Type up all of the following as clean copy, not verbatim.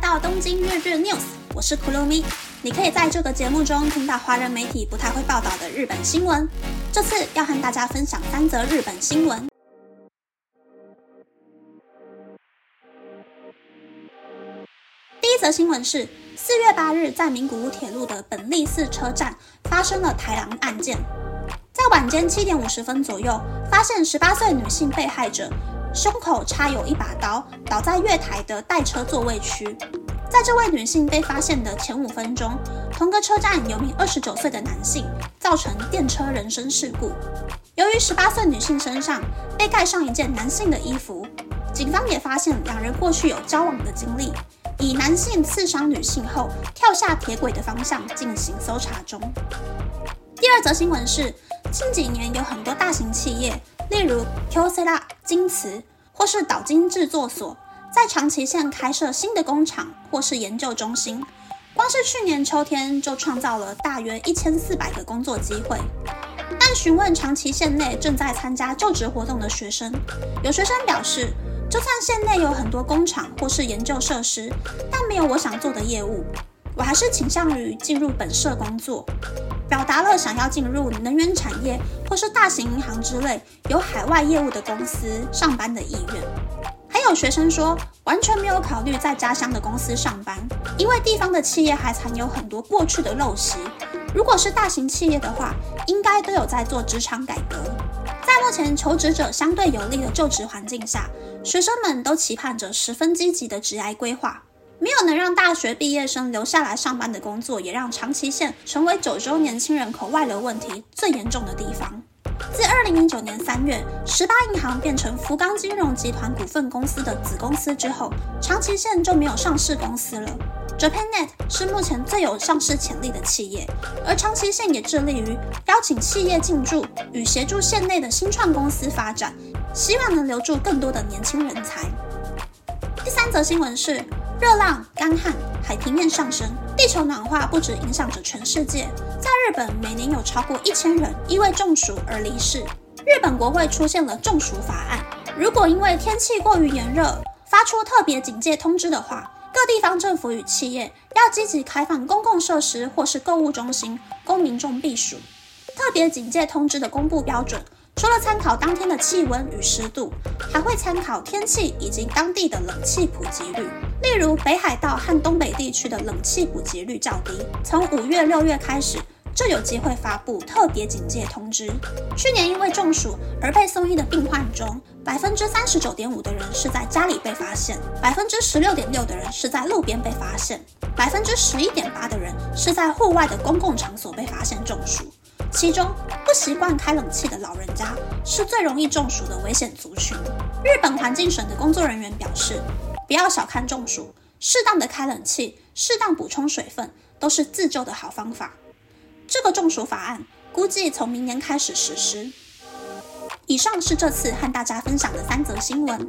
到东京日日 News， 我是 Kurumi。你可以在这个节目中听到华人媒体不太会报道的日本新闻。这次要和大家分享3则日本新闻。第一则新闻是4月8日，在名古屋铁路的本笠寺车站发生了抬狼案件。在晚间7点50分左右，发现18岁女性被害者胸口插有一把刀，倒在月台的待车座位区。在这位女性被发现的前5分钟，同个车站有名29岁的男性造成电车人身事故。由于18岁女性身上被盖上一件男性的衣服，警方也发现2人过去有交往的经历，以男性刺伤女性后跳下铁轨的方向进行搜查中。第二则新闻是，近几年有很多大型企业，例如 Kyocera 京瓷或是岛津制作所，在长崎县开设新的工厂或是研究中心，光是去年秋天就创造了大约1400个工作机会。但询问长崎县内正在参加就职活动的学生，有学生表示，就算县内有很多工厂或是研究设施，但没有我想做的业务，我还是倾向于进入本社工作，表达了想要进入能源产业或是大型银行之类有海外业务的公司上班的意愿。还有学生说，完全没有考虑在家乡的公司上班，因为地方的企业还残有很多过去的陋习，如果是大型企业的话，应该都有在做职场改革。在目前求职者相对有利的就职环境下，学生们都期盼着十分积极的职涯规划。没有能让大学毕业生留下来上班的工作，也让长崎县成为九州年轻人口外流问题最严重的地方。自2019年3月，18银行变成福冈金融集团股份公司的子公司之后，长崎县就没有上市公司了。Japannet 是目前最有上市潜力的企业，而长崎县也致力于邀请企业进驻与协助县内的新创公司发展，希望能留住更多的年轻人才。第3则新闻是，热浪、干旱、海平面上升，地球暖化不只影响着全世界。在日本，每年有超过1000人因为中暑而离世。日本国会出现了中暑法案，如果因为天气过于炎热，发出特别警戒通知的话，各地方政府与企业要积极开放公共设施或是购物中心，供民众避暑。特别警戒通知的公布标准，除了参考当天的气温与湿度，还会参考天气以及当地的冷气普及率。例如北海道和东北地区的冷气普及率较低，从5月、6月开始就有机会发布特别警戒通知。去年因为中暑而被送医的病患中，39.5%的人是在家里被发现，16.6%的人是在路边被发现，11.8%的人是在户外的公共场所被发现中暑。其中不习惯开冷气的老人家是最容易中暑的危险族群。日本环境省的工作人员表示，不要小看中暑，适当的开冷气，适当补充水分，都是自救的好方法。这个中暑法案估计从明年开始实施。以上是这次和大家分享的3则新闻。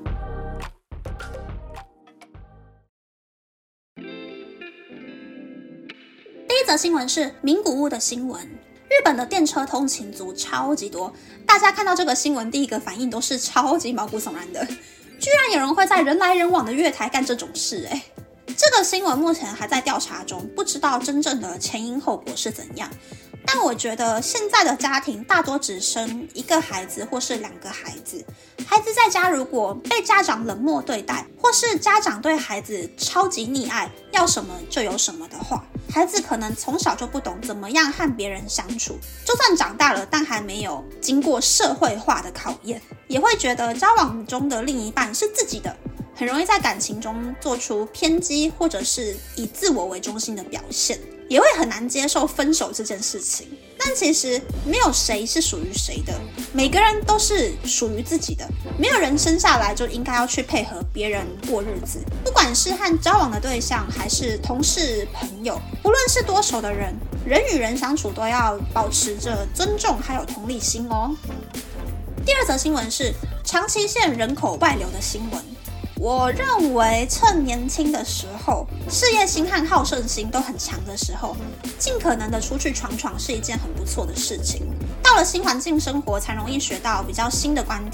第1则新闻是名古屋的新闻。日本的电车通勤族超级多，大家看到这个新闻第一个反应都是超级毛骨悚然的，居然有人会在人来人往的月台干这种事这个新闻目前还在调查中，不知道真正的前因后果是怎样。但我觉得现在的家庭大多只生1个孩子或是2个孩子，孩子在家如果被家长冷漠对待，或是家长对孩子超级溺爱，要什么就有什么的话，孩子可能从小就不懂怎么样和别人相处，就算长大了，但还没有经过社会化的考验，也会觉得交往中的另一半是自己的，很容易在感情中做出偏激或者是以自我为中心的表现，也会很难接受分手这件事情。但其实没有谁是属于谁的，每个人都是属于自己的，没有人生下来就应该要去配合别人过日子，不管是和交往的对象还是同事朋友，无论是多熟的人，人与人相处都要保持着尊重还有同理心哦。第2则新闻是长崎县人口外流的新闻。我认为趁年轻的时候，事业心和好胜心都很强的时候，尽可能的出去闯闯是一件很不错的事情。到了新环境生活，才容易学到比较新的观点，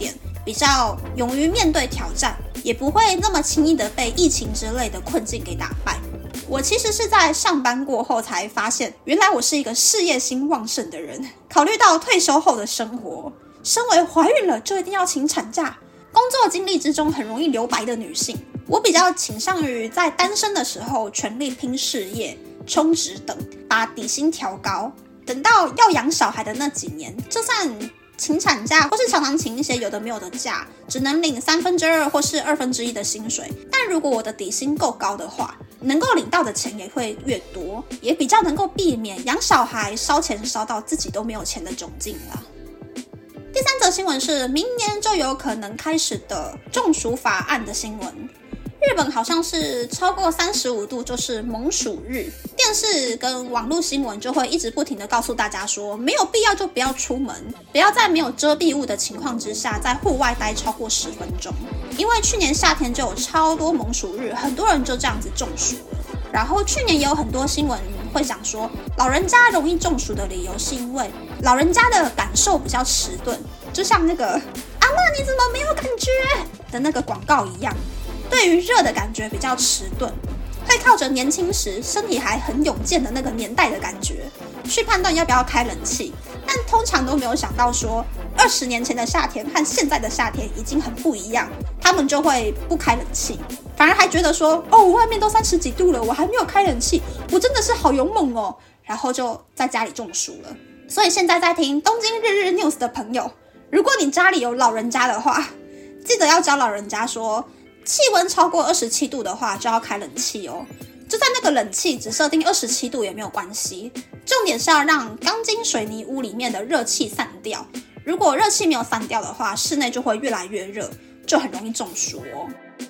比较勇于面对挑战，也不会那么轻易的被疫情之类的困境给打败。我其实是在上班过后才发现，原来我是一个事业心旺盛的人。考虑到退休后的生活，身为怀孕了就一定要请产假，工作经历之中很容易留白的女性，我比较倾向于在单身的时候全力拼事业、充职等，把底薪调高。等到要养小孩的那几年，就算请产假或是常常请一些有的没有的假，只能领2/3或是1/2的薪水，但如果我的底薪够高的话，能够领到的钱也会越多，也比较能够避免养小孩烧钱烧到自己都没有钱的窘境啦。第3则新闻是明年就有可能开始的中暑法案的新闻。日本好像是超过35度就是猛暑日，电视跟网络新闻就会一直不停的告诉大家说，没有必要就不要出门，不要在没有遮蔽物的情况之下在户外待超过10分钟。因为去年夏天就有超多猛暑日，很多人就这样子中暑了。然后去年也有很多新闻会讲说，老人家容易中暑的理由是因为老人家的感受比较迟钝，就像那个阿嬷你怎么没有感觉的那个广告一样，对于热的感觉比较迟钝，会靠着年轻时身体还很勇健的那个年代的感觉去判断要不要开冷气，但通常都没有想到说20年前的夏天和现在的夏天已经很不一样，他们就会不开冷气，反而还觉得说外面都30几度了，我还没有开冷气，我真的是好勇猛哦，然后就在家里中暑了。所以现在在听东京日日 news 的朋友，如果你家里有老人家的话，记得要教老人家说气温超过27度的话就要开冷气哦，就算那个冷气只设定27度也没有关系，重点是要让钢筋水泥屋里面的热气散掉，如果热气没有散掉的话，室内就会越来越热，就很容易中暑哦。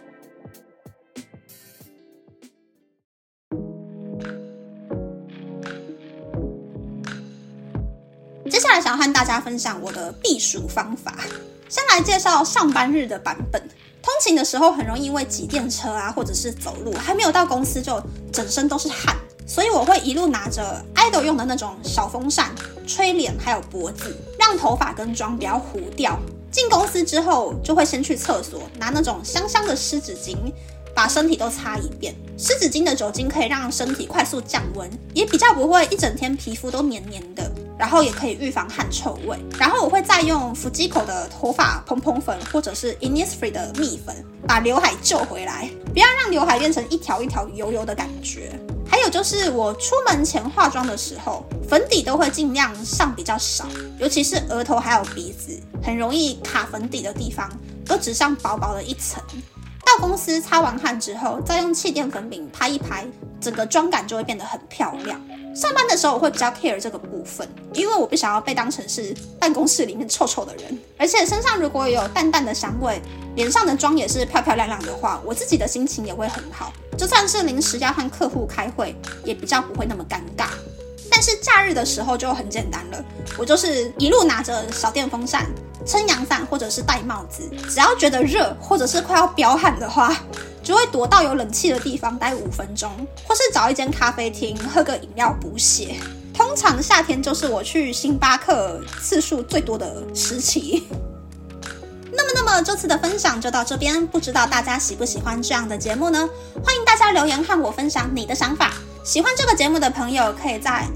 接下来想要和大家分享我的避暑方法。先来介绍上班日的版本。通勤的时候很容易因为挤电车啊，或者是走路，还没有到公司就整身都是汗，所以我会一路拿着 idol 用的那种小风扇吹脸还有脖子，让头发跟妆不要糊掉。进公司之后就会先去厕所拿那种香香的湿纸巾把身体都擦一遍。湿纸巾的酒精可以让身体快速降温，也比较不会一整天皮肤都黏黏的，然后也可以预防汗臭味。然后我会再用福基口的头发蓬蓬粉或者是 Innisfree 的蜜粉把刘海救回来，不要让刘海变成一条一条油油的感觉。还有就是我出门前化妆的时候，粉底都会尽量上比较少，尤其是额头还有鼻子很容易卡粉底的地方都只上薄薄的一层。到公司擦完汗之后，再用气垫粉饼拍一拍，整个妆感就会变得很漂亮。上班的时候我会比较 care 这个部分，因为我不想要被当成是办公室里面臭臭的人，而且身上如果有淡淡的香味，脸上的妆也是漂漂亮亮的话，我自己的心情也会很好，就算是临时要和客户开会，也比较不会那么尴尬。但是假日的时候就很简单了，我就是一路拿着小电风扇、撑阳伞或者是戴帽子，只要觉得热或者是快要飙汗的话，就会躲到有冷气的地方待5分钟，或是找一间咖啡厅喝个饮料补血。通常夏天就是我去星巴克次数最多的时期。那么这次的分享就到这边，不知道大家喜不喜欢这样的节目呢？欢迎大家留言和我分享你的想法。喜欢这个节目的朋友，可以在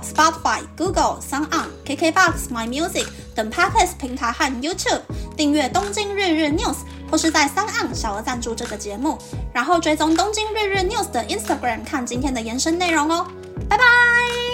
Apple、Spotify、Google、SoundOn、KKBOX、My Music 等 Podcast 平台和 YouTube 订阅东京日日 News， 或是在SoundOn小额赞助这个节目，然后追踪东京日日 News 的 Instagram 看今天的延伸内容哦。拜拜。